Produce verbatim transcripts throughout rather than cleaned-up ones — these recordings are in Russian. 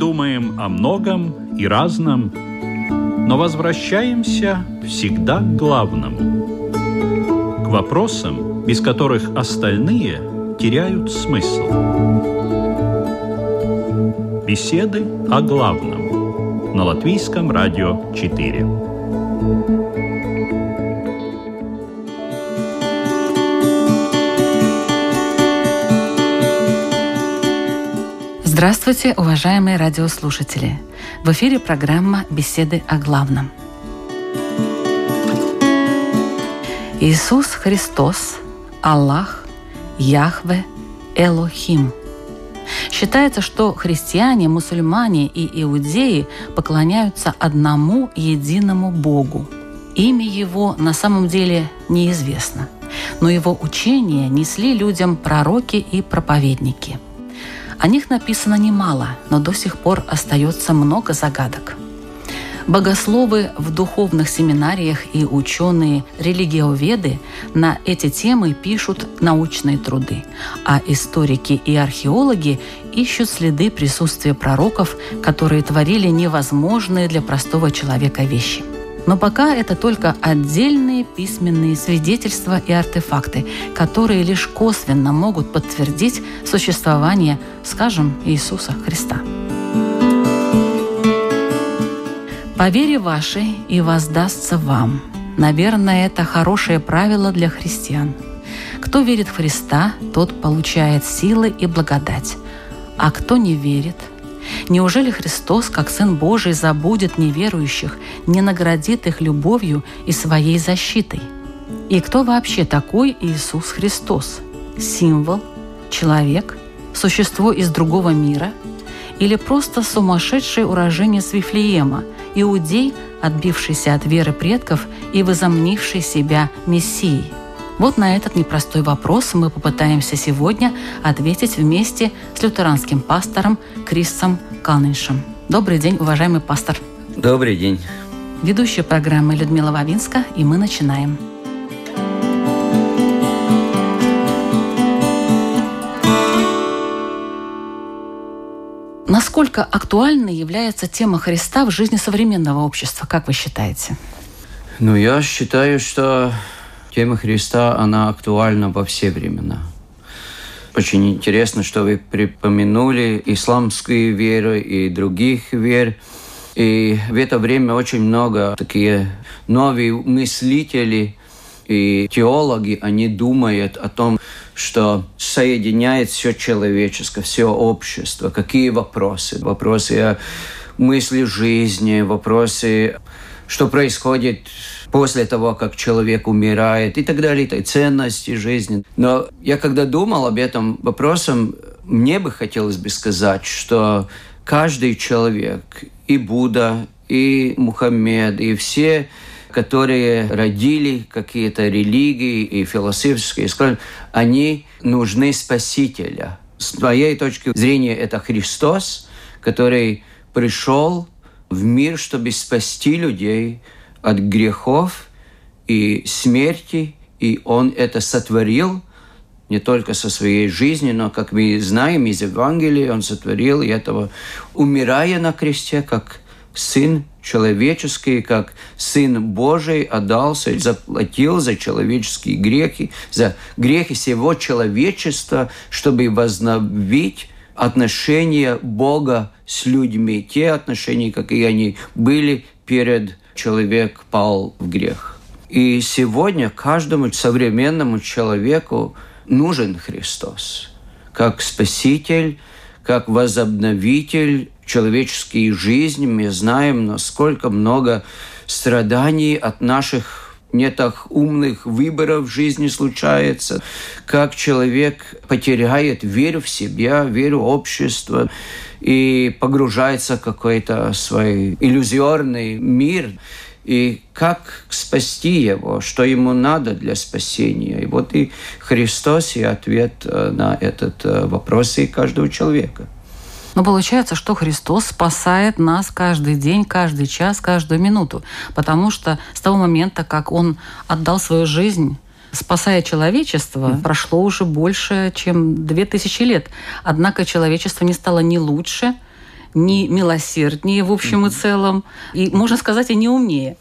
думаем о многом и разном, но возвращаемся всегда к главному, к вопросам, без которых остальные теряют смысл. Беседы о главном на Латвийском радио четыре. Здравствуйте, уважаемые радиослушатели! В эфире программа «Беседы о главном». Иисус Христос, Аллах, Яхве, Элохим. Считается, что христиане, мусульмане и иудеи поклоняются одному единому Богу. Имя Его на самом деле неизвестно, но Его учения несли людям пророки и проповедники. О них написано немало, но до сих пор остается много загадок. Богословы в духовных семинариях и ученые-религиоведы на эти темы пишут научные труды, а историки и археологи ищут следы присутствия пророков, которые творили невозможные для простого человека вещи. Но пока это только отдельные письменные свидетельства и артефакты, которые лишь косвенно могут подтвердить существование, скажем, Иисуса Христа. «По вере вашей и воздастся вам». Наверное, это хорошее правило для христиан. Кто верит в Христа, тот получает силы и благодать. А кто не верит? Неужели Христос, как Сын Божий, забудет неверующих, не наградит их любовью и своей защитой? И кто вообще такой Иисус Христос? Символ? Человек? Существо из другого мира? Или просто сумасшедший уроженец Вифлеема, иудей, отбившийся от веры предков и возомнивший себя Мессией? Вот на этот непростой вопрос мы попытаемся сегодня ответить вместе с лютеранским пастором Крисом Калниншем. Добрый день, уважаемый пастор. Добрый день. Ведущая программы Людмила Вавинска, и мы начинаем. Насколько актуальной является тема Христа в жизни современного общества, как вы считаете? Ну, я считаю, что тема Христа, она актуальна во все времена. Очень интересно, что вы припомянули исламскую веру и других вер. И в это время очень много такие новые мыслители и теологи, они думают о том, что соединяет все человеческое, все общество. Какие вопросы? Вопросы о мысли жизни, вопросы, что происходит после того, как человек умирает и так далее, и ценности жизни. Но я когда думал об этом вопросе, мне бы хотелось бы сказать, что каждый человек, и Будда, и Мухаммед, и все, которые родили какие-то религии и философские школы, они нужны Спасителя. С моей точки зрения, это Христос, который пришел в мир, чтобы спасти людей от грехов и смерти, и Он это сотворил не только со своей жизнью, но, как мы знаем из Евангелия, Он сотворил этого, умирая на кресте, как Сын человеческий, как Сын Божий, отдался и заплатил за человеческие грехи, за грехи всего человечества, чтобы возобновить отношения Бога с людьми, те отношения, какие они были перед человек пал в грех. И сегодня каждому современному человеку нужен Христос, как Спаситель, как возобновитель человеческой жизни. Мы знаем, насколько много страданий от наших не так умных выборов в жизни случается, как человек потеряет веру в себя, веру в общество и погружается в какой-то свой иллюзорный мир. И как спасти его, что ему надо для спасения. И вот и Христос, и ответ на этот вопрос и каждого человека. Но получается, что Христос спасает нас каждый день, каждый час, каждую минуту. Потому что с того момента, как Он отдал свою жизнь, спасая человечество, mm-hmm. прошло уже больше, чем две тысячи лет. Однако человечество не стало ни лучше, не милосерднее в общем и целом, и, можно сказать, и не умнее.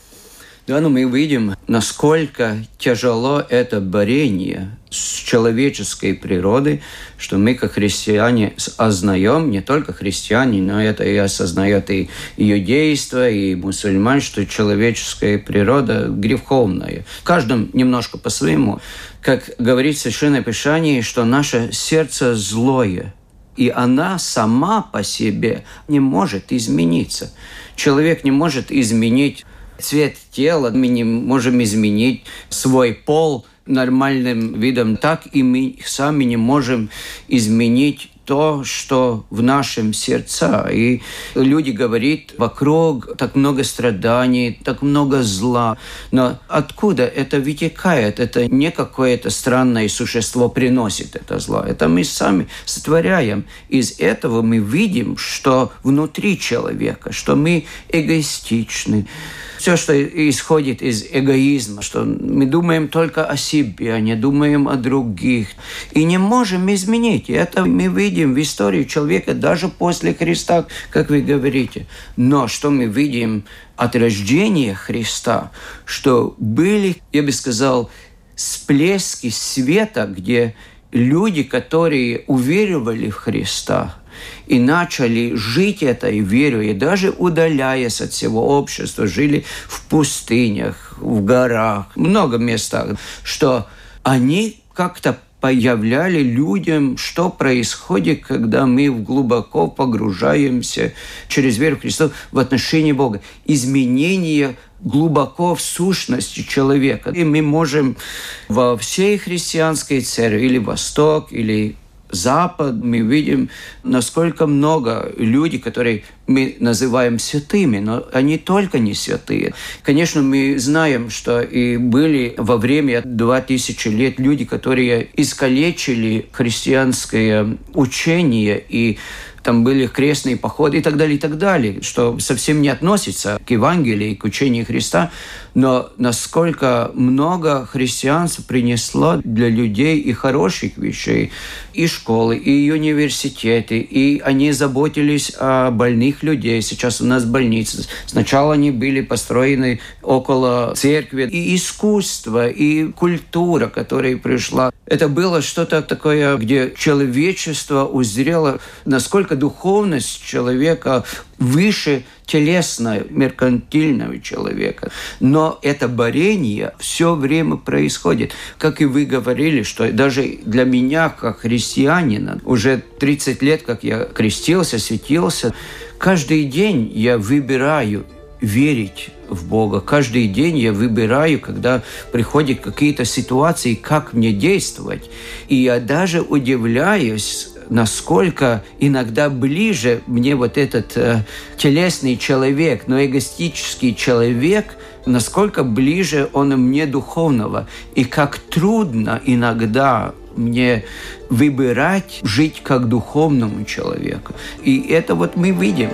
Да, но мы видим, насколько тяжело это борение с человеческой природой, что мы, как христиане, осознаем, не только христиане, но это и осознает и иудейство, и мусульман, что человеческая природа греховная. В каждом немножко по-своему. Как говорит Священное Писание, что наше сердце злое, и она сама по себе не может измениться. Человек не может изменить цвет тела, мы не можем изменить свой пол нормальным видом, так и мы сами не можем изменить то, что в нашем сердце. И люди говорят, вокруг так много страданий, так много зла. Но откуда это вытекает? Это не какое-то странное существо приносит это зло. Это мы сами сотворяем. Из этого мы видим, что внутри человека, что мы эгоистичны. Все, что исходит из эгоизма, что мы думаем только о себе, не думаем о других. И не можем изменить. И это мы видим в истории человека даже после Христа, как вы говорите. Но что мы видим от рождения Христа, что были, я бы сказал, всплески света, где люди, которые уверовали в Христа, и начали жить этой верой, и даже удаляясь от всего общества, жили в пустынях, в горах, много местах, что они как-то появляли людям, что происходит, когда мы глубоко погружаемся через веру в Христа в отношении Бога. Изменение глубоко в сущности человека. И мы можем во всей христианской церкви, или Восток, или Запад, мы видим, насколько много людей, которые мы называем святыми, но они только не святые. Конечно, мы знаем, что и были во время два тысячи лет люди, которые искалечили христианское учение, и там были крестные походы и так далее, и так далее, что совсем не относится к Евангелию, к учению Христа, но насколько много христианство принесло для людей и хороших вещей, и школы, и университеты, и они заботились о больных людей. Сейчас у нас больницы. Сначала они были построены около церкви. И искусство, и культура, которая пришла. Это было что-то такое, где человечество узрело, насколько духовность человека выше телесного, меркантильного человека. Но это борение все время происходит. Как и вы говорили, что даже для меня, как христианина, уже тридцать лет, как я крестился, светился, каждый день я выбираю верить в Бога. Каждый день я выбираю, когда приходят какие-то ситуации, как мне действовать. И я даже удивляюсь, насколько иногда ближе мне вот этот э, телесный человек, но эгоистический человек, насколько ближе он мне духовного. И как трудно иногда мне выбирать жить как духовному человеку. И это вот мы видим.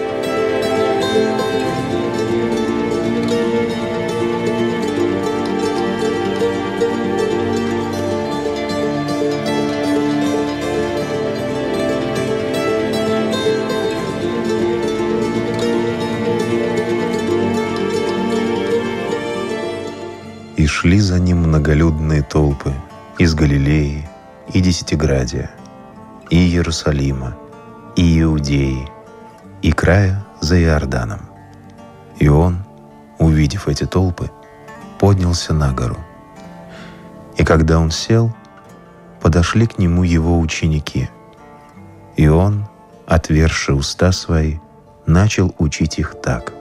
И шли за ним многолюдные толпы из Галилеи и Десятиградия, и Иерусалима, и Иудеи, и края за Иорданом. И он, увидев эти толпы, поднялся на гору. И когда он сел, подошли к нему его ученики. И он, отверши уста свои, начал учить их так: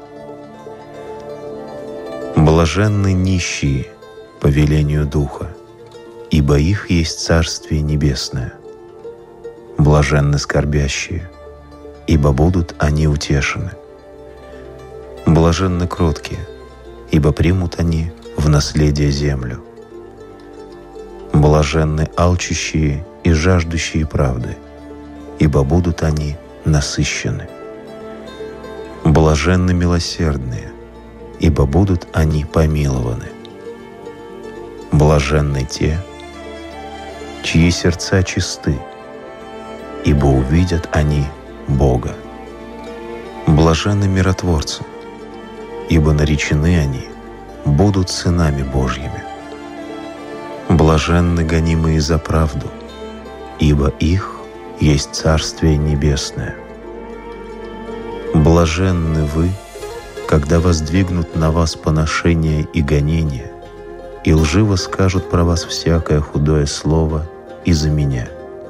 «Блаженны нищие по велению Духа, ибо их есть Царствие Небесное. Блаженны скорбящие, ибо будут они утешены. Блаженны кроткие, ибо примут они в наследие землю. Блаженны алчущие и жаждущие правды, ибо будут они насыщены. Блаженны милосердные, ибо будут они помилованы. Блаженны те, чьи сердца чисты, ибо увидят они Бога. Блаженны миротворцы, ибо наречены они будут сынами Божьими. Блаженны гонимые за правду, ибо их есть Царствие Небесное. Блаженны вы, когда воздвигнут на вас поношения и гонения, и лживо скажут про вас всякое худое слово из-за меня.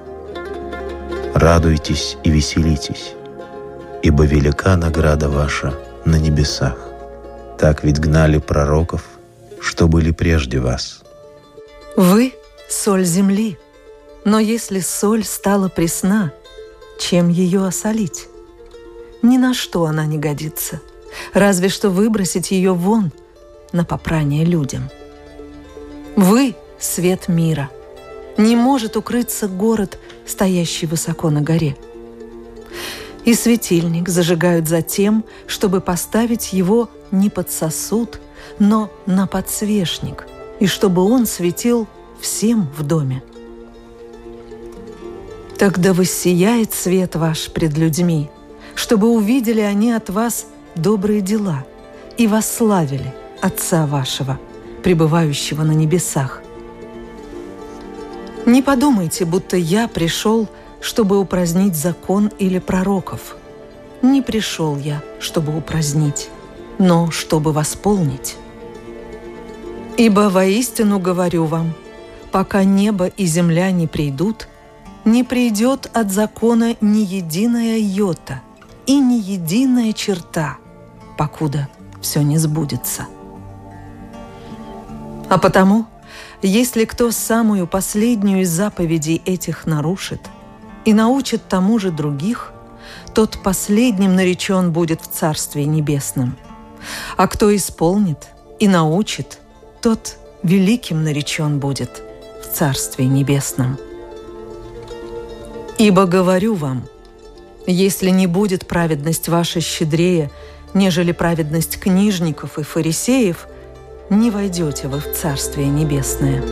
Радуйтесь и веселитесь, ибо велика награда ваша на небесах. Так ведь гнали пророков, что были прежде вас. Вы — соль земли, но если соль стала пресна, чем ее осолить? Ни на что она не годится, разве что выбросить ее вон на попрание людям. Вы — свет мира. Не может укрыться город, стоящий высоко на горе. И светильник зажигают за тем, чтобы поставить его не под сосуд, но на подсвечник, и чтобы он светил всем в доме. Тогда воссияет свет ваш пред людьми, чтобы увидели они от вас добрые дела и восславили Отца вашего, пребывающего на небесах. Не подумайте, будто я пришел, чтобы упразднить закон или пророков. Не пришел я, чтобы упразднить, но чтобы восполнить. Ибо воистину говорю вам, пока небо и земля не придут, не придет от закона ни единая йота и ни единая черта, покуда все не сбудется. А потому, если кто самую последнюю из заповедей этих нарушит и научит тому же других, тот последним наречен будет в Царстве Небесном. А кто исполнит и научит, тот великим наречен будет в Царстве Небесном. Ибо говорю вам, если не будет праведность ваша щедрее, нежели праведность книжников и фарисеев, не войдете вы в Царствие Небесное.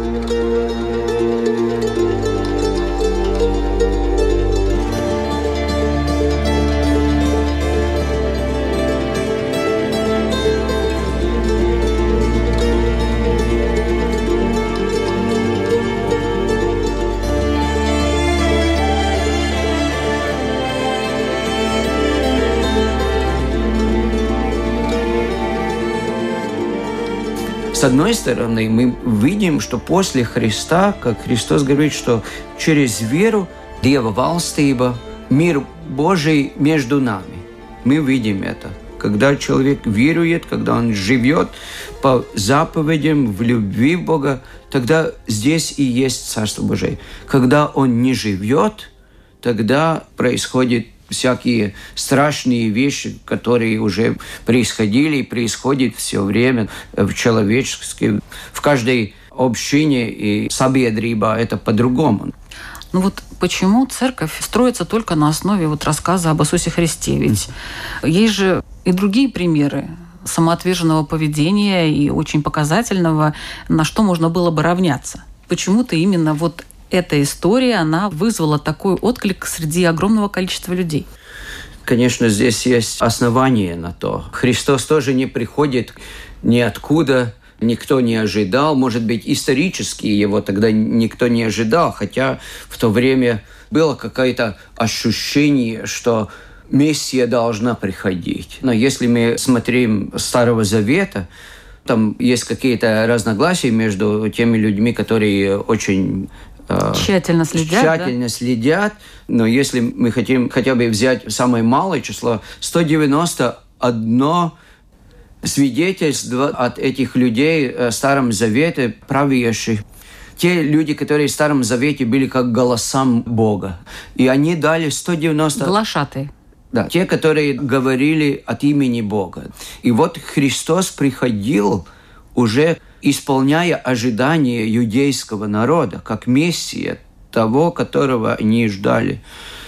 С одной стороны, мы видим, что после Христа, как Христос говорит, что через веру Диeva valstība, мир Божий между нами. Мы видим это. Когда человек верует, когда он живет по заповедям, в любви Бога, тогда здесь и есть Царство Божие. Когда он не живет, тогда происходят всякие страшные вещи, которые уже происходили и происходят все время в человеческом, в каждой общине и sabiedrībā это по-другому. Ну вот почему церковь строится только на основе вот рассказа об Иисусе Христе? Ведь есть же и другие примеры самоотверженного поведения и очень показательного, на что можно было бы равняться. Почему-то именно вот эта история, она вызвала такой отклик среди огромного количества людей. Конечно, здесь есть основания на то. Христос тоже не приходит ниоткуда, никто не ожидал. Может быть, исторически его тогда никто не ожидал, хотя в то время было какое-то ощущение, что Мессия должна приходить. Но если мы смотрим Старого Завета, там есть какие-то разногласия между теми людьми, которые очень Тщательно следят, Тщательно да? следят. Но если мы хотим хотя бы взять самое малое число, сто девяносто одно свидетельство от этих людей в Старом Завете, правящих. Те люди, которые в Старом Завете были как голосам Бога. И они дали сто девяносто... Глашатые. Да, те, которые говорили от имени Бога. И вот Христос приходил уже исполняя ожидания иудейского народа, как Мессия, того, которого они ждали.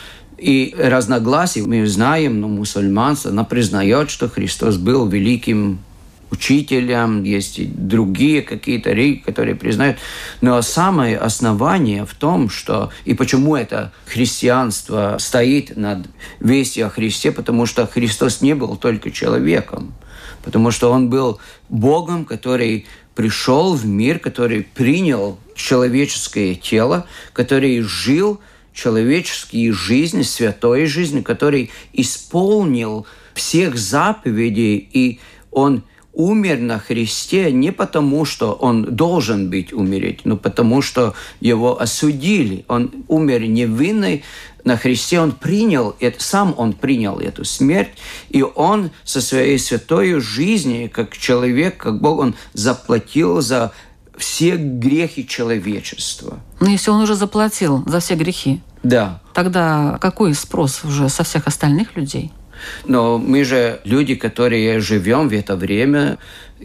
И разногласия, мы знаем, но мусульманство, она признает, что Христос был великим учителям, есть и другие какие-то религии, которые признают. Но самое основание в том, что и почему это христианство стоит над вестью о Христе, потому что Христос не был только человеком, потому что Он был Богом, который пришел в мир, который принял человеческое тело, который жил человеческие жизни, святой жизнью, который исполнил всех заповедей, и Он умер на Христе не потому, что Он должен быть умереть, но потому, что Его осудили. Он умер невинный на Христе, Он принял это, сам Он принял эту смерть, и Он со своей святой жизнью, как человек, как Бог, Он заплатил за все грехи человечества. Но если Он уже заплатил за все грехи, да. Тогда какой спрос уже со всех остальных людей? Но мы же люди, которые живем в это время.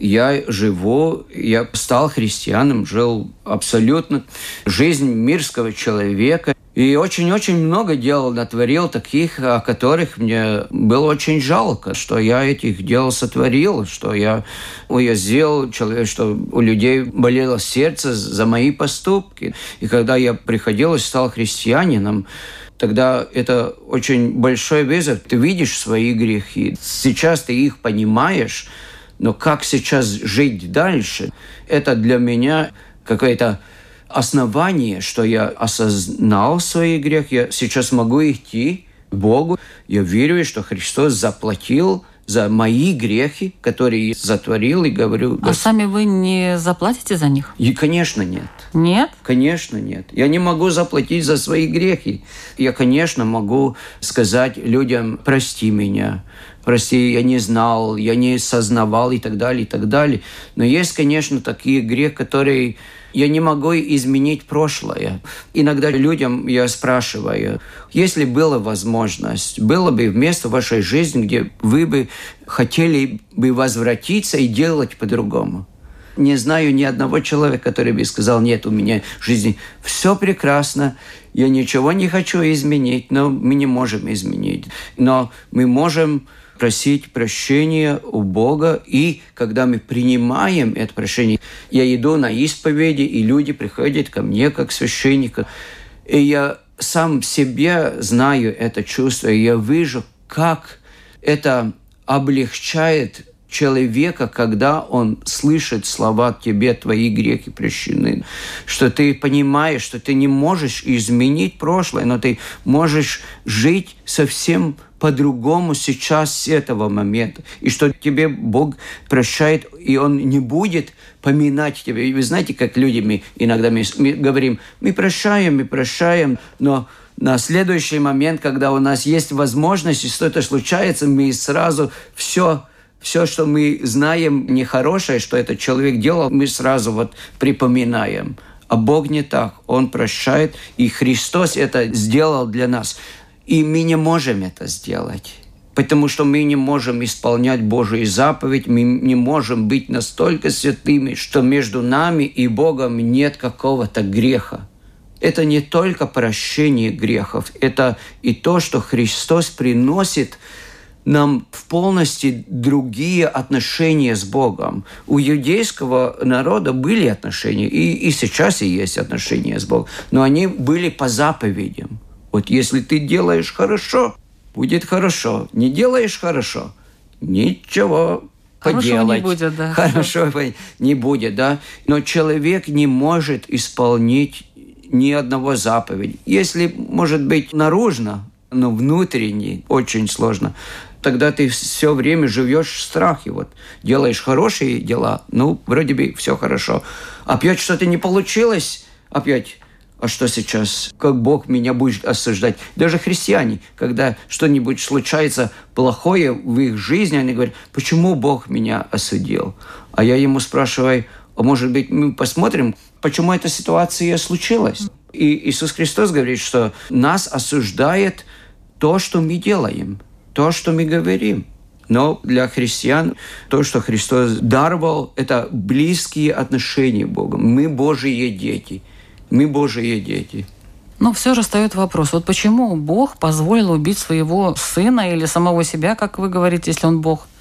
Я живу, я стал христианином, жил абсолютно жизнь мирского человека. И очень-очень много дел натворил таких, о которых мне было очень жалко, что я этих дел сотворил, что я уязвил человека, что у людей болело сердце за мои поступки. И когда я приходил и стал христианином, тогда это очень большой вызов. Ты видишь свои грехи, сейчас ты их понимаешь, но как сейчас жить дальше, это для меня какое-то основание, что я осознал свои грехи, я сейчас могу идти к Богу. Я верю, что Христос заплатил за мои грехи, которые я затворил, и говорю... А сами вы не заплатите за них? И, конечно, нет. Нет? Конечно, нет. Я не могу заплатить за свои грехи. Я, конечно, могу сказать людям: прости меня, прости, я не знал, я не сознавал и так далее, и так далее. Но есть, конечно, такие грехи, которые я не могу изменить прошлое. Иногда людям я спрашиваю: если была возможность, было бы место в вашей жизни, где вы бы хотели бы возвратиться и делать по-другому? Не знаю ни одного человека, который бы сказал: нет, у меня в жизни все прекрасно, я ничего не хочу изменить, но мы не можем изменить. Но мы можем просить прощения у Бога, и когда мы принимаем это прощение, я иду на исповеди, и люди приходят ко мне как священник, и я сам себе знаю это чувство, и я вижу, как это облегчает человека, когда он слышит слова «тебе твои грехи прощены», что ты понимаешь, что ты не можешь изменить прошлое, но ты можешь жить совсем по-другому сейчас с этого момента, и что тебе Бог прощает, и Он не будет поминать тебя. И вы знаете, как люди, мы иногда мы, мы говорим: мы прощаем, мы прощаем, но на следующий момент, когда у нас есть возможность, и что-то случается, мы сразу все... Все, что мы знаем нехорошее, что этот человек делал, мы сразу вот припоминаем. А Бог не так. Он прощает, и Христос это сделал для нас. И мы не можем это сделать, потому что мы не можем исполнять Божию заповедь, мы не можем быть настолько святыми, что между нами и Богом нет какого-то греха. Это не только прощение грехов, это и то, что Христос приносит нам в полности другие отношения с Богом. У иудейского народа были отношения, и, и сейчас и есть отношения с Богом, но они были по заповедям. Вот если ты делаешь хорошо, будет хорошо. Не делаешь хорошо, ничего поделать. Хорошо не будет, да. Хорошо не будет, да. Но человек не может исполнить ни одного заповеди. Если, может быть, наружно, но внутренне очень сложно, тогда ты все время живешь в страхе. Вот делаешь хорошие дела, ну, вроде бы все хорошо. Опять что-то не получилось, опять... А что сейчас? Как Бог меня будет осуждать? Даже христиане, когда что-нибудь случается плохое в их жизни, они говорят: почему Бог меня осудил? А я ему спрашиваю: а может быть, мы посмотрим, почему эта ситуация случилась? И Иисус Христос говорит, что нас осуждает то, что мы делаем, то, что мы говорим. Но для христиан то, что Христос даровал, это близкие отношения с Богом. Мы Божьи дети. Мы Божьи дети. Но все же встает вопрос, вот почему Бог позволил убить своего сына или самого себя, как вы говорите, если он Бог?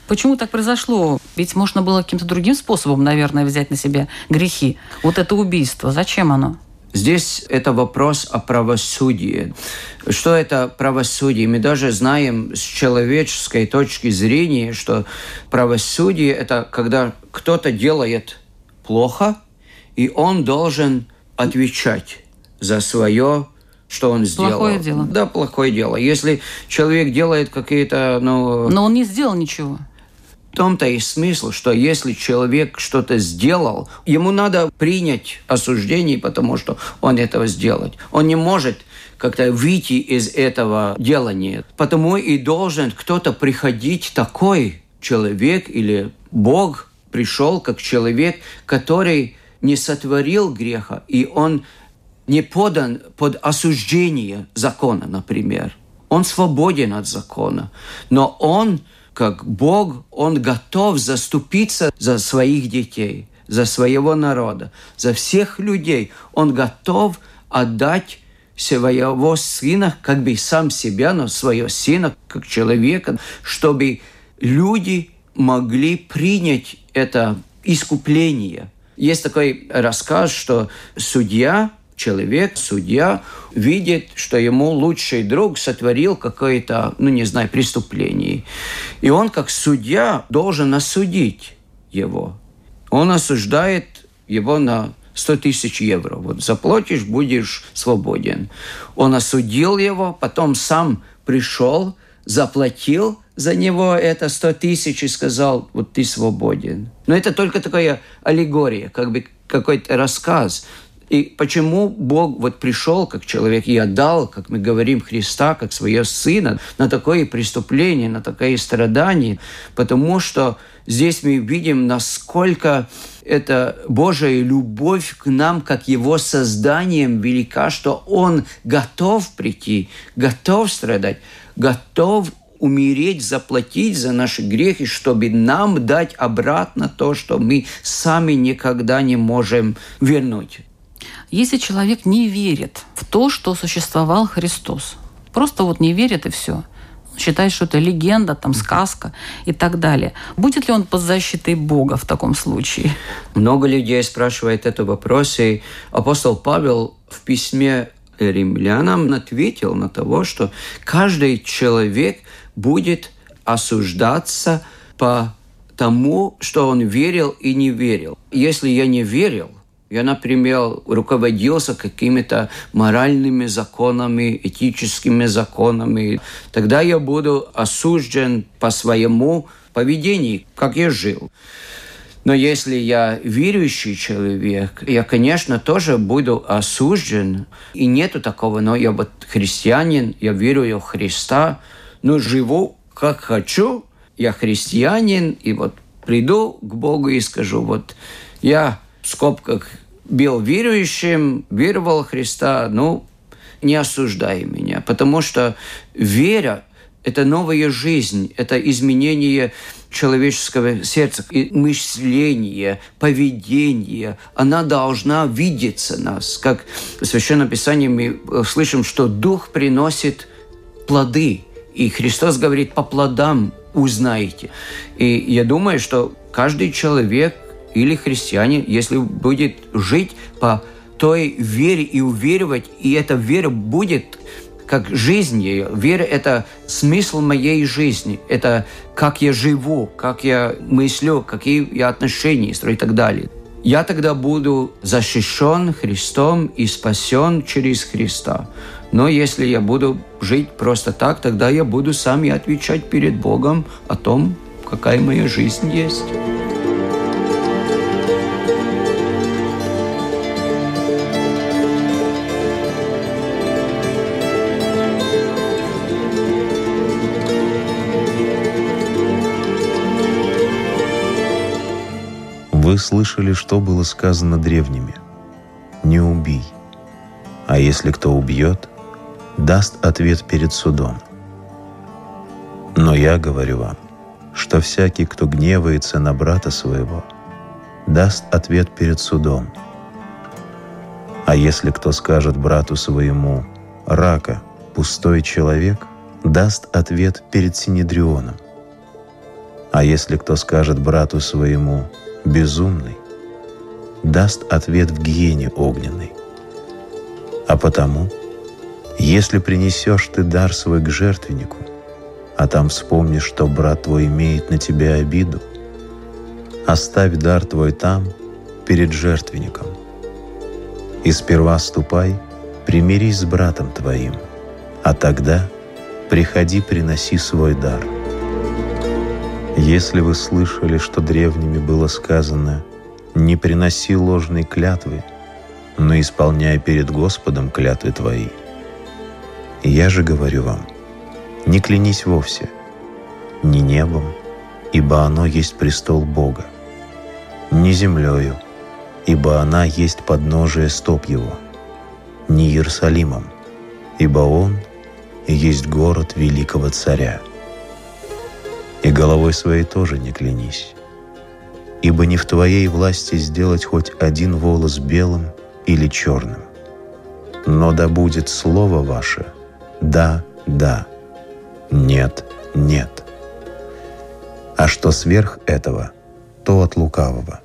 Почему так произошло? Ведь можно было каким-то другим способом, наверное, взять на себя грехи. Вот это убийство, зачем оно? Здесь это вопрос о правосудии. Что это правосудие? Мы даже знаем с человеческой точки зрения, что правосудие – это когда кто-то делает плохо, и он должен отвечать за свое, что он сделал. Плохое дело. Да, плохое дело. Если человек делает какие-то... Ну, Но он не сделал ничего. В том-то и смысл, что если человек что-то сделал, ему надо принять осуждение, потому что он этого сделал. Он не может как-то выйти из этого делания. Потому и должен кто-то приходить, такой человек или Бог пришел как человек, который не сотворил греха, и он не подан под осуждение закона, например. Он свободен от закона, но он, как Бог, он готов заступиться за своих детей, за своего народа, за всех людей. Он готов отдать своего сына, как бы сам себя, но своего сына, как человека, чтобы люди могли принять это искупление. Есть такой рассказ, что судья, человек, судья, видит, что ему лучший друг сотворил какое-то, ну, не знаю, преступление. И он, как судья, должен осудить его. Он осуждает его на сто тысяч евро. Вот заплатишь, будешь свободен. Он осудил его, потом сам пришел, заплатил за него это сто тысяч и сказал, вот ты свободен. Но это только такая аллегория, как бы какой-то рассказ. И почему Бог вот пришел как человек и отдал, как мы говорим, Христа, как своего Сына, на такое преступление, на такое страдание? Потому что здесь мы видим, насколько эта Божья любовь к нам, как Его созданием велика, что Он готов прийти, готов страдать, готов умереть, заплатить за наши грехи, чтобы нам дать обратно то, что мы сами никогда не можем вернуть. Если человек не верит в то, что существовал Христос, просто вот не верит и все, считает, что это легенда, там, сказка и так далее, будет ли он под защитой Бога в таком случае? Много людей спрашивают этот вопрос, и апостол Павел в письме римлянам ответил на то, что каждый человек будет осуждаться по тому, что он верил и не верил. Если я не верил, я, например, руководился какими-то моральными законами, этическими законами, тогда я буду осужден по своему поведению, как я жил. Но если я верующий человек, я, конечно, тоже буду осужден. И нету такого, но я вот христианин, я верую в Христа, но живу как хочу, я христианин, и вот приду к Богу и скажу, вот я в скобках был верующим, веровал в Христа, ну, не осуждай меня, потому что вера – это новая жизнь, это изменение человеческого сердца, и мышления, поведения. Она должна видеться нас. Как в Священном Писании мы слышим, что Дух приносит плоды. И Христос говорит, по плодам узнаете. И я думаю, что каждый человек или христианин, если будет жить по той вере и уверовать, и эта вера будет как жизнь ее. Вера – это смысл моей жизни. Это как я живу, как я мыслю, какие я отношения строю и так далее. Я тогда буду защищен Христом и спасен через Христа. Но если я буду жить просто так, тогда я буду сам и отвечать перед Богом о том, какая моя жизнь есть. Вы слышали, что было сказано древними: «Не убий, а если кто убьет, даст ответ перед судом». Но я говорю вам, что всякий, кто гневается на брата своего, даст ответ перед судом. А если кто скажет брату своему: «Рака, пустой человек», даст ответ перед Синедрионом. А если кто скажет брату своему «безумный», даст ответ в гиене огненной. А потому, если принесешь ты дар свой к жертвеннику, а там вспомнишь, что брат твой имеет на тебя обиду, оставь дар твой там, перед жертвенником. И сперва ступай, примирись с братом твоим, а тогда приходи, приноси свой дар. Если вы слышали, что древними было сказано «Не приноси ложной клятвы, но исполняй перед Господом клятвы твои», я же говорю вам, не клянись вовсе, ни небом, ибо оно есть престол Бога, ни землею, ибо она есть подножие стоп Его, ни Иерусалимом, ибо Он есть город великого царя. И головой своей тоже не клянись, ибо не в твоей власти сделать хоть один волос белым или черным. Но да будет слово ваше «да, да», «нет, нет». А что сверх этого, то от лукавого.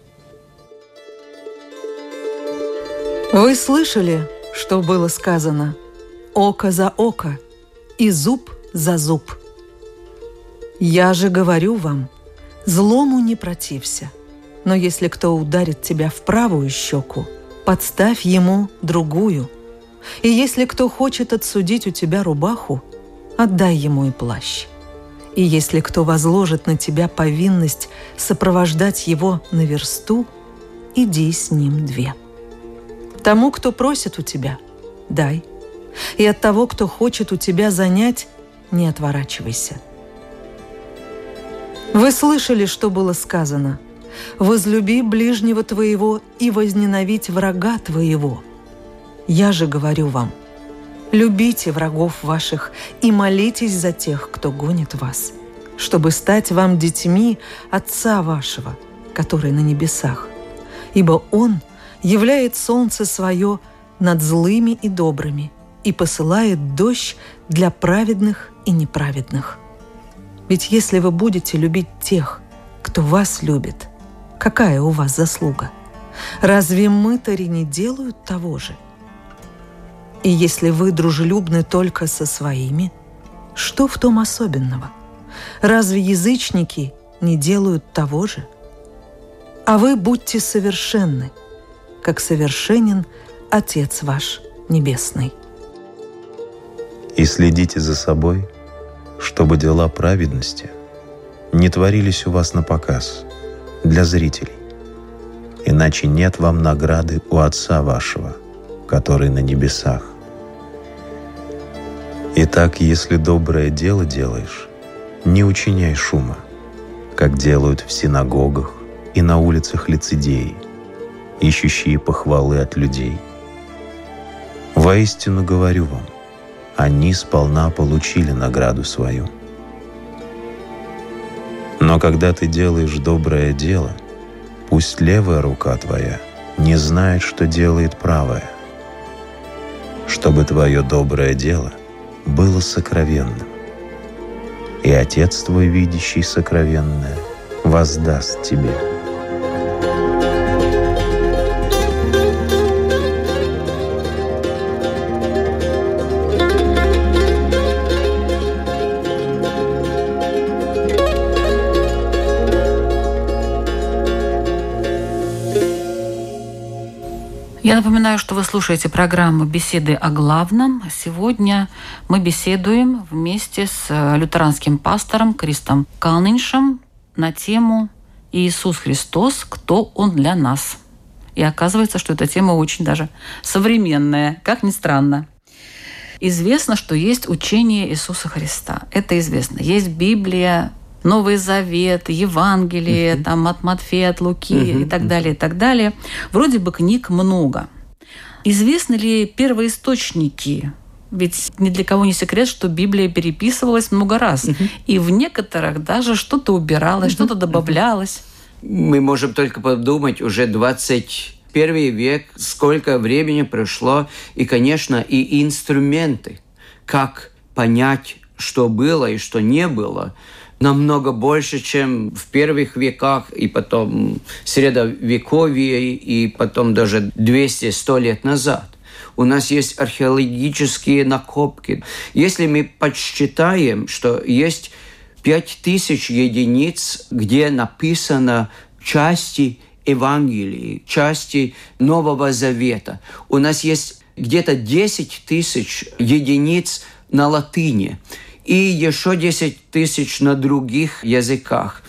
Вы слышали, что было сказано: «Око за око и зуб за зуб». Я же говорю вам, злому не протився, но если кто ударит тебя в правую щеку, подставь ему другую. И если кто хочет отсудить у тебя рубаху, отдай ему и плащ. И если кто возложит на тебя повинность сопровождать его на версту, иди с ним две. Тому, кто просит у тебя, дай, и от того, кто хочет у тебя занять, не отворачивайся. Вы слышали, что было сказано: «Возлюби ближнего твоего и возненавидь врага твоего». Я же говорю вам, любите врагов ваших и молитесь за тех, кто гонит вас, чтобы стать вам детьми Отца вашего, который на небесах. Ибо Он являет солнце свое над злыми и добрыми и посылает дождь для праведных и неправедных. Ведь если вы будете любить тех, кто вас любит, какая у вас заслуга? Разве мытари не делают того же? И если вы дружелюбны только со своими, что в том особенного? Разве язычники не делают того же? А вы будьте совершенны, как совершенен Отец ваш Небесный. И следите за собой, чтобы дела праведности не творились у вас на показ, для зрителей, иначе нет вам награды у Отца вашего, который на небесах. Итак, если доброе дело делаешь, не учиняй шума, как делают в синагогах и на улицах лицедеи, ищущие похвалы от людей. Воистину говорю вам, они сполна получили награду свою. Но когда ты делаешь доброе дело, пусть левая рука твоя не знает, что делает правая, чтобы твое доброе дело было сокровенным, и Отец твой, видящий сокровенное, воздаст тебе. Я напоминаю, что вы слушаете программу «Беседы о главном». Сегодня мы беседуем вместе с лютеранским пастором Кристом Калниншем на тему «Иисус Христос. Кто Он для нас?». И оказывается, что эта тема очень даже современная, как ни странно. Известно, что есть учение Иисуса Христа. Это известно. Есть Библия, Новый Завет, Евангелие, uh-huh. там, от Матфея, от Луки uh-huh. и так далее, и так далее. Вроде бы книг много. Известны ли первоисточники? Ведь ни для кого не секрет, что Библия переписывалась много раз. Uh-huh. И в некоторых даже что-то убиралось, uh-huh. что-то добавлялось. Мы можем только подумать, уже двадцать первый век, сколько времени прошло, и, конечно, и инструменты, как понять, что было и что не было, намного больше, чем в первых веках, и потом средневековье, и потом даже двести-сто лет назад. У нас есть археологические накопки. Если мы подсчитаем, что есть пять тысяч единиц, где написано части Евангелии, части Нового Завета. У нас есть где-то десять тысяч единиц на латыни и еще десять тысяч на других языках.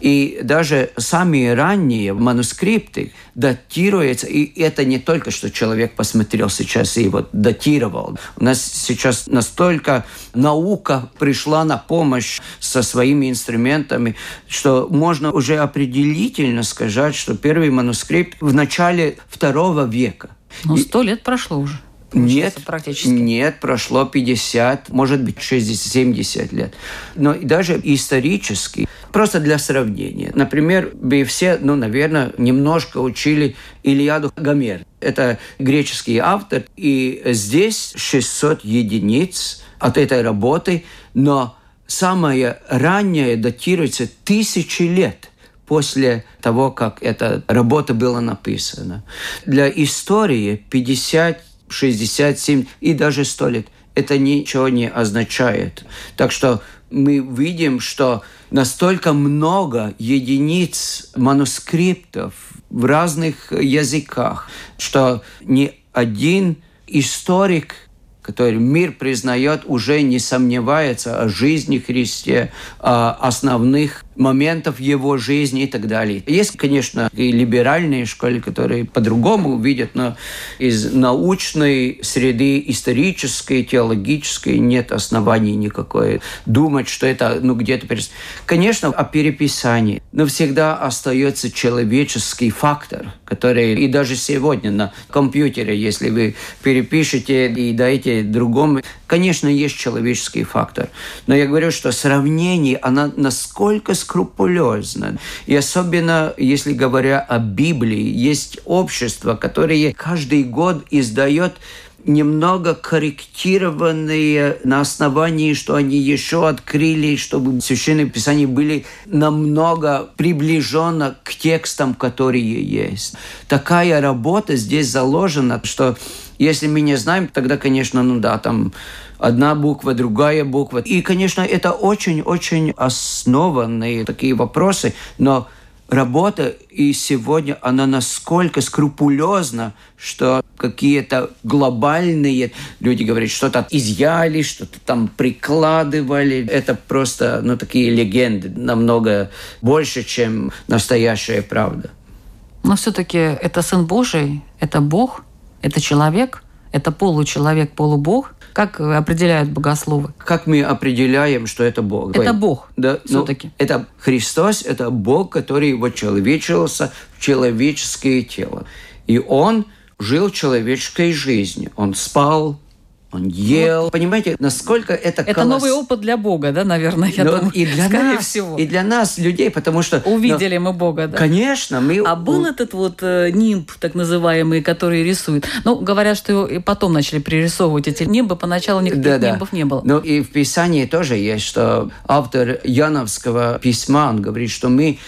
И даже самые ранние манускрипты датируются, и это не только, что человек посмотрел сейчас и вот датировал. У нас сейчас настолько наука пришла на помощь со своими инструментами, что можно уже определительно сказать, что первый манускрипт в начале второго века. Ну, сто лет прошло уже. Нет, практически. Нет, прошло пятьдесят, может быть, шестьдесят-семьдесят лет. Но даже исторически, просто для сравнения. Например, мы все, ну, наверное, немножко учили Илиаду Гомера. Это греческий автор, и здесь шестьсот единиц от этой работы, но самое раннее датируется тысячи лет после того, как эта работа была написана. Для истории пятьдесят, шестьдесят семь и даже сто лет. Это ничего не означает. Так что мы видим, что настолько много единиц манускриптов в разных языках, что ни один историк, который мир признает, уже не сомневается о жизни Христе, о основных моментах его жизни и так далее. Есть, конечно, и либеральные школы, которые по-другому видят, но из научной среды, исторической, теологической, нет оснований никакой думать, что это ну, где-то... Перес... Конечно, о переписании, но всегда остается человеческий фактор, который и даже сегодня на компьютере, если вы перепишете и даете другому, конечно, есть человеческий фактор. Но я говорю, что сравнение, оно насколько скрупулезно. И особенно, если говоря о Библии, есть общество, которое каждый год издает немного корректированные на основании, что они еще открыли, чтобы Священные Писания были намного приближены к текстам, которые есть. Такая работа здесь заложена, что если мы не знаем, тогда, конечно, ну да, там одна буква, другая буква. И, конечно, это очень-очень основанные такие вопросы, но работа и сегодня, она насколько скрупулезна, что какие-то глобальные люди говорят, что-то изъяли, что-то там прикладывали. Это просто, ну, такие легенды, намного больше, чем настоящая правда. Но все-таки это Сын Божий, это Бог, это человек, это получеловек, полубог. Как определяют богословы? Как мы определяем, что это Бог? Это Бог, да, все-таки. Ну, это Христос, это Бог, который вочеловечился в человеческое тело. И Он жил человеческой жизнью. Он спал, он ел. Вот. Понимаете, насколько это... Это колосс... новый опыт для Бога, да, наверное, я Но думаю, и для скорее нас, всего. И для нас, людей, потому что... Увидели но... мы Бога, да. Конечно. Мы... А был этот вот э, нимб, так называемый, который рисует. Ну, говорят, что и потом начали пририсовывать эти нимбы. Поначалу никаких да, да. нимбов не было. Ну, и в Писании тоже есть, что автор Яновского письма, он говорит, что мы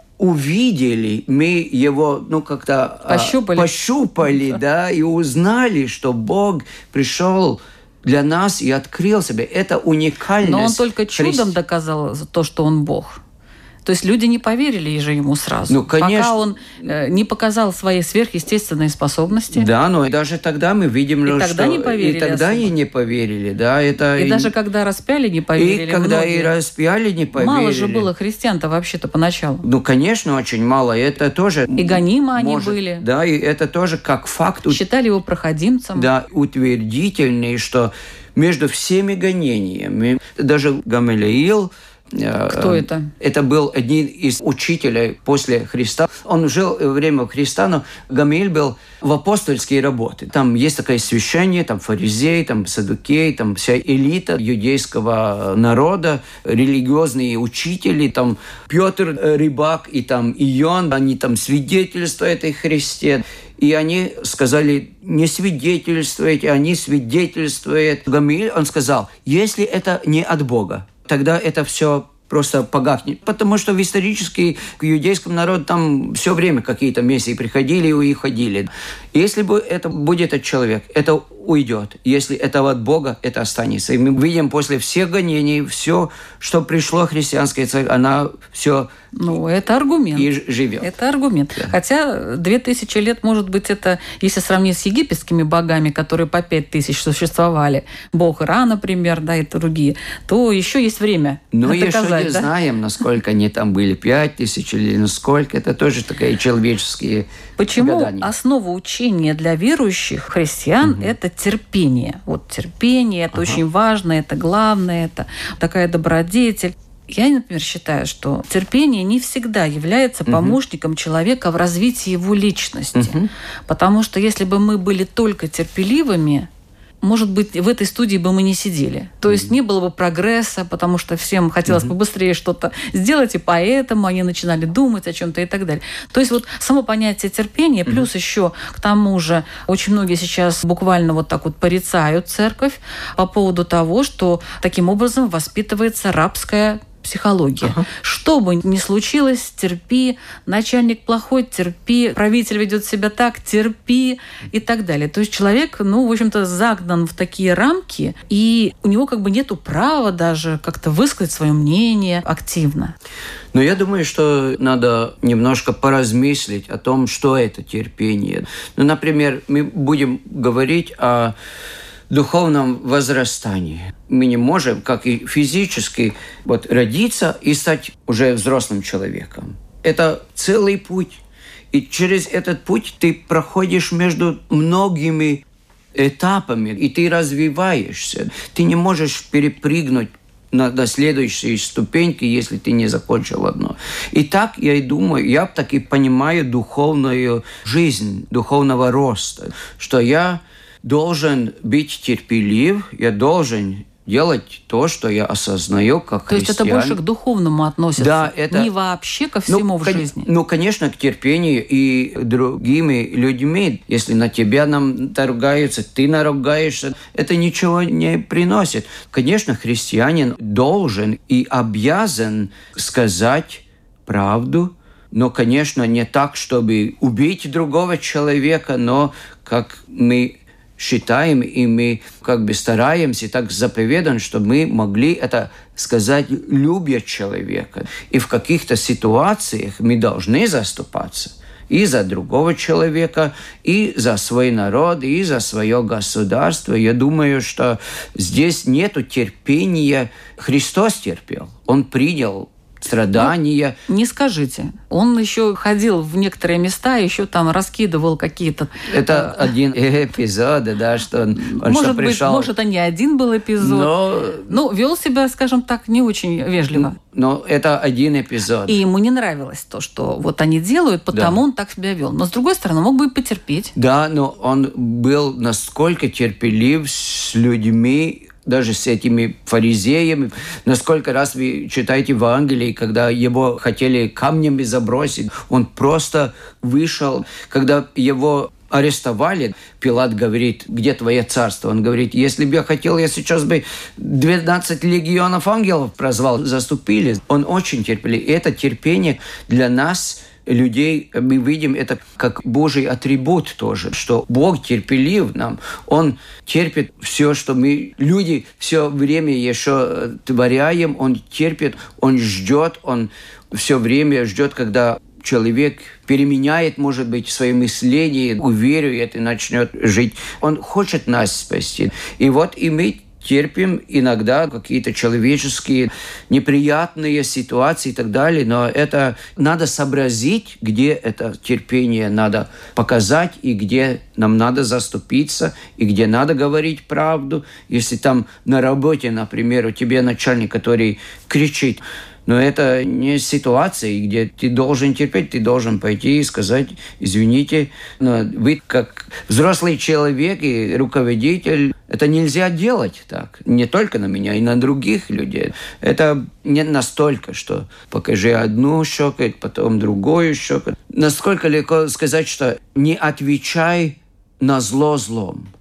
увидели, мы его, ну, как-то... Пощупали. А, пощупали, да, и узнали, что Бог пришел для нас и открыл себе. Это уникальность. Но он только чудом Христ... доказал то, что он Бог. То есть люди не поверили же ему сразу. Ну, конечно. Пока он э, не показал свои сверхъестественные способности. Да, но даже тогда мы видим, и что... тогда не поверили. И тогда особо. и не поверили, да. Это... И, и даже когда распяли, не поверили. И когда многие. и распяли, не поверили. Мало же было христиан-то вообще-то поначалу. Ну, конечно, очень мало. Это тоже... И гонимы они может, были. Да, и это тоже как факт... Считали его проходимцем. Да, утвердительный, что между всеми гонениями, даже Гамалиил... Кто это? Это был один из учителей после Христа. Он жил во время Христа, но Гамалиил был в апостольской работе. Там есть такое священие, там фаризей, там саддукей, там вся элита юдейского народа, религиозные учители, там Петр рыбак и там Иоанн, они там свидетельствуют о Христе. И они сказали, не свидетельствуйте, они свидетельствуют. Гамалиил, он сказал, если это не от Бога, тогда это все просто погахнет. Потому что в исторически к иудейскому народу там все время какие-то мессии приходили и уходили. Если бы это будет от человека, это уйдет. Если это от Бога, это останется. И мы видим после всех гонений, все, что пришло христианская церковь, она все ну, это аргумент. И живет. Это аргумент. Да. Хотя две тысячи лет, может быть, это, если сравнить с египетскими богами, которые по пять тысяч существовали, бог Ра, например, да, и другие, то еще есть время Но доказать. Но еще не да? знаем, насколько они там были, пять тысяч или насколько. Это тоже такие человеческие Почему гадания. Основа учения для верующих христиан угу. – это терпение. Вот терпение – это ага. очень важно, это главное, это такая добродетель. Я, например, считаю, что терпение не всегда является помощником угу. человека в развитии его личности. Угу. Потому что если бы мы были только терпеливыми, может быть, в этой студии бы мы не сидели. То есть mm-hmm. не было бы прогресса, потому что всем хотелось mm-hmm. побыстрее что-то сделать, и поэтому они начинали думать о чем-то и так далее. То есть вот само понятие терпения, mm-hmm. плюс еще к тому же очень многие сейчас буквально вот так вот порицают церковь по поводу того, что таким образом воспитывается рабская психология. Ага. Что бы ни случилось, терпи, начальник плохой, терпи, правитель ведет себя так, терпи и так далее. То есть человек, ну, в общем-то, загнан в такие рамки, и у него как бы нету права даже как-то высказать свое мнение активно. Но я думаю, что надо немножко поразмыслить о том, что это терпение. Ну, например, мы будем говорить о духовном возрастании. Мы не можем, как и физически, вот, родиться и стать уже взрослым человеком. Это целый путь. И через этот путь ты проходишь между многими этапами, и ты развиваешься. Ты не можешь перепрыгнуть на, на следующие ступеньки, если ты не закончил одно. И так я и думаю, я так и понимаю духовную жизнь, духовного роста, что я должен быть терпелив, я должен делать то, что я осознаю как христианин. То есть это больше к духовному относится, да, это... не вообще ко всему ну, в кон... жизни? Ну, конечно, к терпению и другими людьми. Если на тебя наругаются, ты наругаешься, это ничего не приносит. Конечно, христианин должен и обязан сказать правду, но, конечно, не так, чтобы убить другого человека, но как мы считаем, и мы как бы стараемся, так заповедано, чтобы мы могли это сказать, любя человека. И в каких-то ситуациях мы должны заступаться и за другого человека, и за свой народ, и за свое государство. Я думаю, что здесь нету терпения. Христос терпел. Он принял страдания. Ну, не скажите. Он еще ходил в некоторые места, еще там раскидывал какие-то... Это один эпизод, да, что он, он может что быть, пришел... Может, это не один был эпизод. Но... Ну, вел себя, скажем так, не очень вежливо. Но это один эпизод. И ему не нравилось то, что вот они делают, потому да. он так себя вел. Но, с другой стороны, мог бы и потерпеть. Да, но он был насколько терпелив с людьми, даже с этими фаризеями. Насколько раз вы читаете в Евангелии, когда его хотели камнями забросить, он просто вышел. Когда его арестовали, Пилат говорит: где твое царство? Он говорит: если бы я хотел, я сейчас бы двенадцать легионов ангелов прозвал, заступили. Он очень терпелив. И это терпение для нас, людей, мы видим это как Божий атрибут тоже, что Бог терпелив нам. Он терпит все, что мы, люди, все время еще творяем. Он терпит, он ждет, он все время ждет, когда человек переменяет, может быть, свои мышления, уверует и начнет жить. Он хочет нас спасти. И вот и мы терпим иногда какие-то человеческие неприятные ситуации и так далее, но это надо сообразить, где это терпение надо показать, и где нам надо заступиться, и где надо говорить правду. Если там на работе, например, у тебя начальник, который кричит, но это не ситуация, где ты должен терпеть, ты должен пойти и сказать: извините, но вы как взрослый человек и руководитель, это нельзя делать так. Не только на меня, и на других людей. Это не настолько, что покажи одну щеку, потом другую щеку. Насколько легко сказать, что не отвечай на зло злом.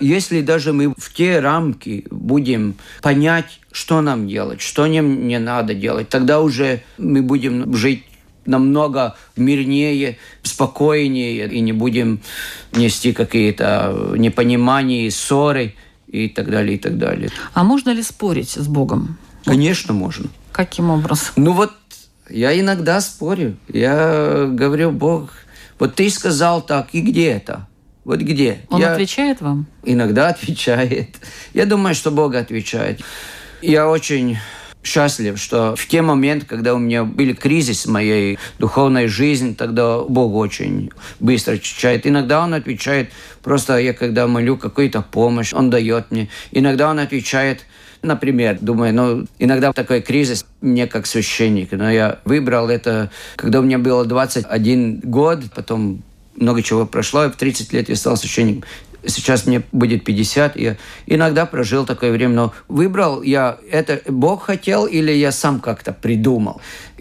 Если даже мы в те рамки будем понять, что нам делать, что нам не надо делать, тогда уже мы будем жить намного мирнее, спокойнее, и не будем нести какие-то непонимания, ссоры и так далее, и так далее. А можно ли спорить с Богом? Конечно, можно. Каким образом? Ну вот, я иногда спорю. Я говорю: Бог, вот ты сказал так, и где это? Вот где? Он я... отвечает вам? Иногда отвечает. Я думаю, что Бог отвечает. Я очень счастлив, что в те моменты, когда у меня был кризис в моей духовной жизни, тогда Бог очень быстро отвечает. Иногда Он отвечает, просто я когда молю какую-то помощь, Он дает мне. Иногда Он отвечает, например, думаю, ну, иногда такой кризис мне как священник, но я выбрал это, когда у меня было двадцать один год, потом много чего прошло, и в тридцать лет я стал священником. Сейчас мне будет пятьдесят, я иногда прожил такое время, но выбрал я это, Бог хотел или я сам как-то придумал.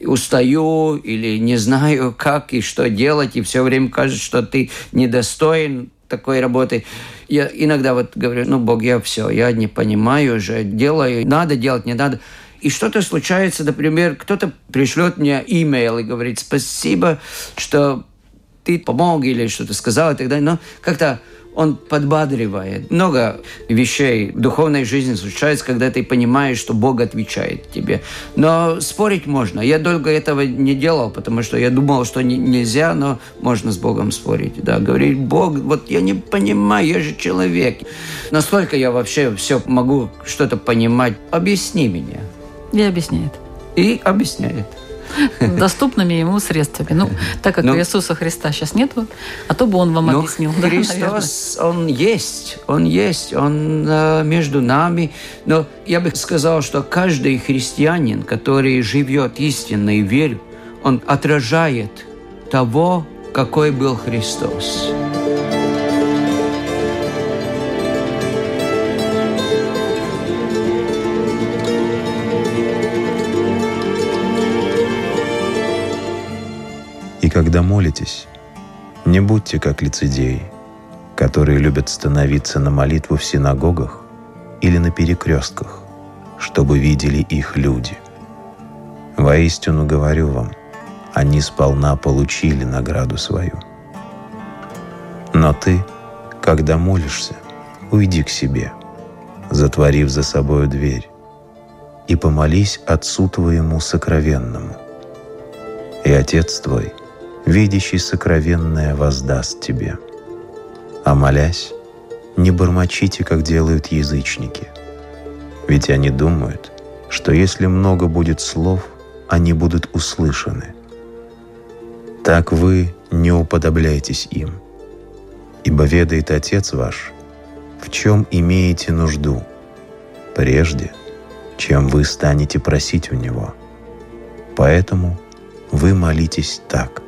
Устаю или не знаю, как и что делать, и все время кажется, что ты недостоин такой работы. Я иногда вот говорю: ну, Бог, я все, я не понимаю уже, делаю, надо делать, не надо. И что-то случается, например, кто-то пришлет мне имейл и говорит: спасибо, что ты помог или что-то сказал и так далее. Но как-то он подбадривает. Много вещей в духовной жизни случается, когда ты понимаешь, что Бог отвечает тебе. Но спорить можно. Я долго этого не делал, потому что я думал, что не, нельзя, но можно с Богом спорить. Да, говорить: Бог, вот я не понимаю, я же человек. Насколько я вообще все могу что-то понимать? Объясни меня. И объясняет. И объясняет. Доступными ему средствами. Ну, так как ну, Иисуса Христа сейчас нету, а то бы Он вам объяснил. Да, Христос, Он есть, Он есть, Он э, между нами. Но я бы сказал, что каждый христианин, который живет истинной верой, он отражает того, какой был Христос. И когда молитесь, не будьте как лицедеи, которые любят становиться на молитву в синагогах или на перекрестках, чтобы видели их люди. Воистину говорю вам, они сполна получили награду свою. Но ты, когда молишься, уйди к себе, затворив за собою дверь, и помолись Отцу твоему сокровенному. И Отец твой, видящий сокровенное, воздаст тебе. А молясь, не бормочите, как делают язычники, ведь они думают, что если много будет слов, они будут услышаны. Так вы не уподобляйтесь им, ибо ведает Отец ваш, в чем имеете нужду, прежде, чем вы станете просить у Него. Поэтому вы молитесь так: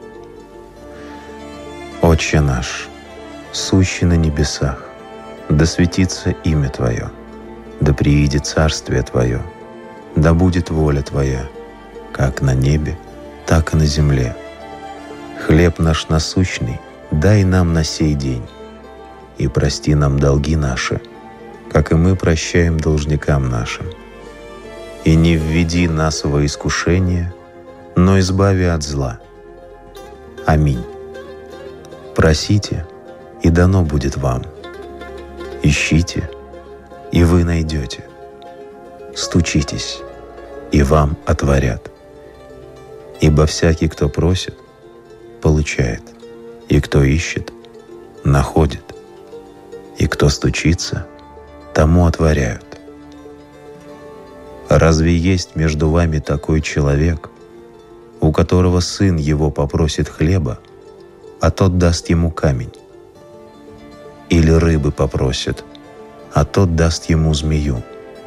Отче наш, сущий на небесах, да светится имя Твое, да приидет царствие Твое, да будет воля Твоя, как на небе, так и на земле. Хлеб наш насущный дай нам на сей день, и прости нам долги наши, как и мы прощаем должникам нашим. И не введи нас во искушение, но избави от зла. Аминь. Просите, и дано будет вам. Ищите, и вы найдете. Стучитесь, и вам отворят. Ибо всякий, кто просит, получает, и кто ищет, находит, и кто стучится, тому отворяют. Разве есть между вами такой человек, у которого сын его попросит хлеба, а тот даст ему камень? Или рыбы попросит, а тот даст ему змею?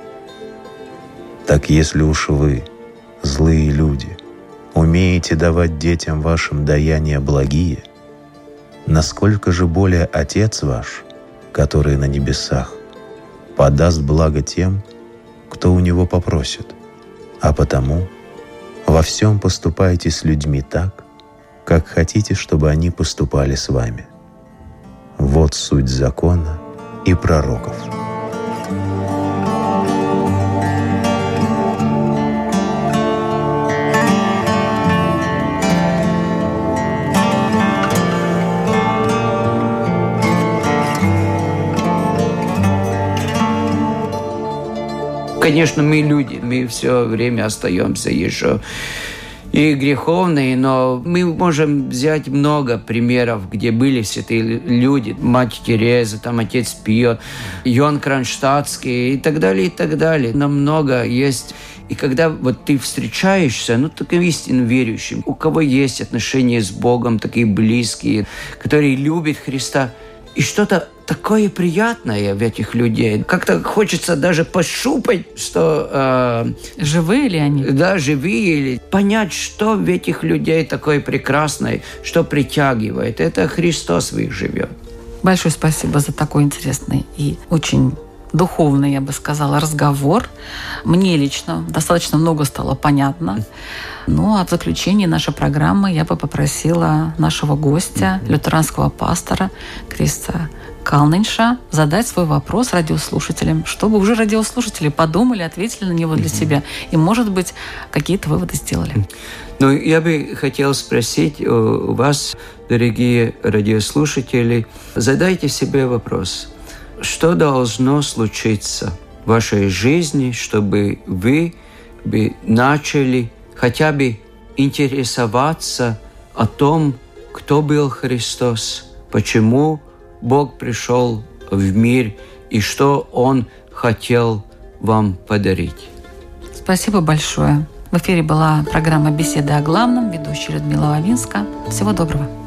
Так если уж вы, злые люди, умеете давать детям вашим даяния благие, насколько же более Отец ваш, который на небесах, подаст благо тем, кто у Него попросит. А потому во всем поступайте с людьми так, как хотите, чтобы они поступали с вами. Вот суть закона и пророков. Конечно, мы люди, мы все время остаемся еще и греховные, но мы можем взять много примеров, где были святые люди, мать Тереза, там отец Пио, Иоанн Кронштадтский и так далее, и так далее. Но много есть. И когда вот ты встречаешься, ну, таким истинно верующим, у кого есть отношения с Богом, такие близкие, которые любят Христа, и что-то такое приятное в этих людей. Как-то хочется даже пощупать, что... Э, живые ли они? Да, живые. Или понять, что в этих людей такое прекрасное, что притягивает. Это Христос в них живет. Большое спасибо за такой интересный и очень духовный, я бы сказала, разговор. Мне лично достаточно много стало понятно. Ну, а в заключение нашей программы я бы попросила нашего гостя, лютеранского пастора Криста Калнинша, задать свой вопрос радиослушателям, чтобы уже радиослушатели подумали, ответили на него для себя и, может быть, какие-то выводы сделали. Ну, я бы хотел спросить у вас, дорогие радиослушатели, задайте себе вопрос. Что должно случиться в вашей жизни, чтобы вы бы начали хотя бы интересоваться о том, кто был Христос, почему Бог пришел в мир и что Он хотел вам подарить? Спасибо большое. В эфире была программа «Беседа о главном», ведущая Людмила Вавинска. Всего доброго.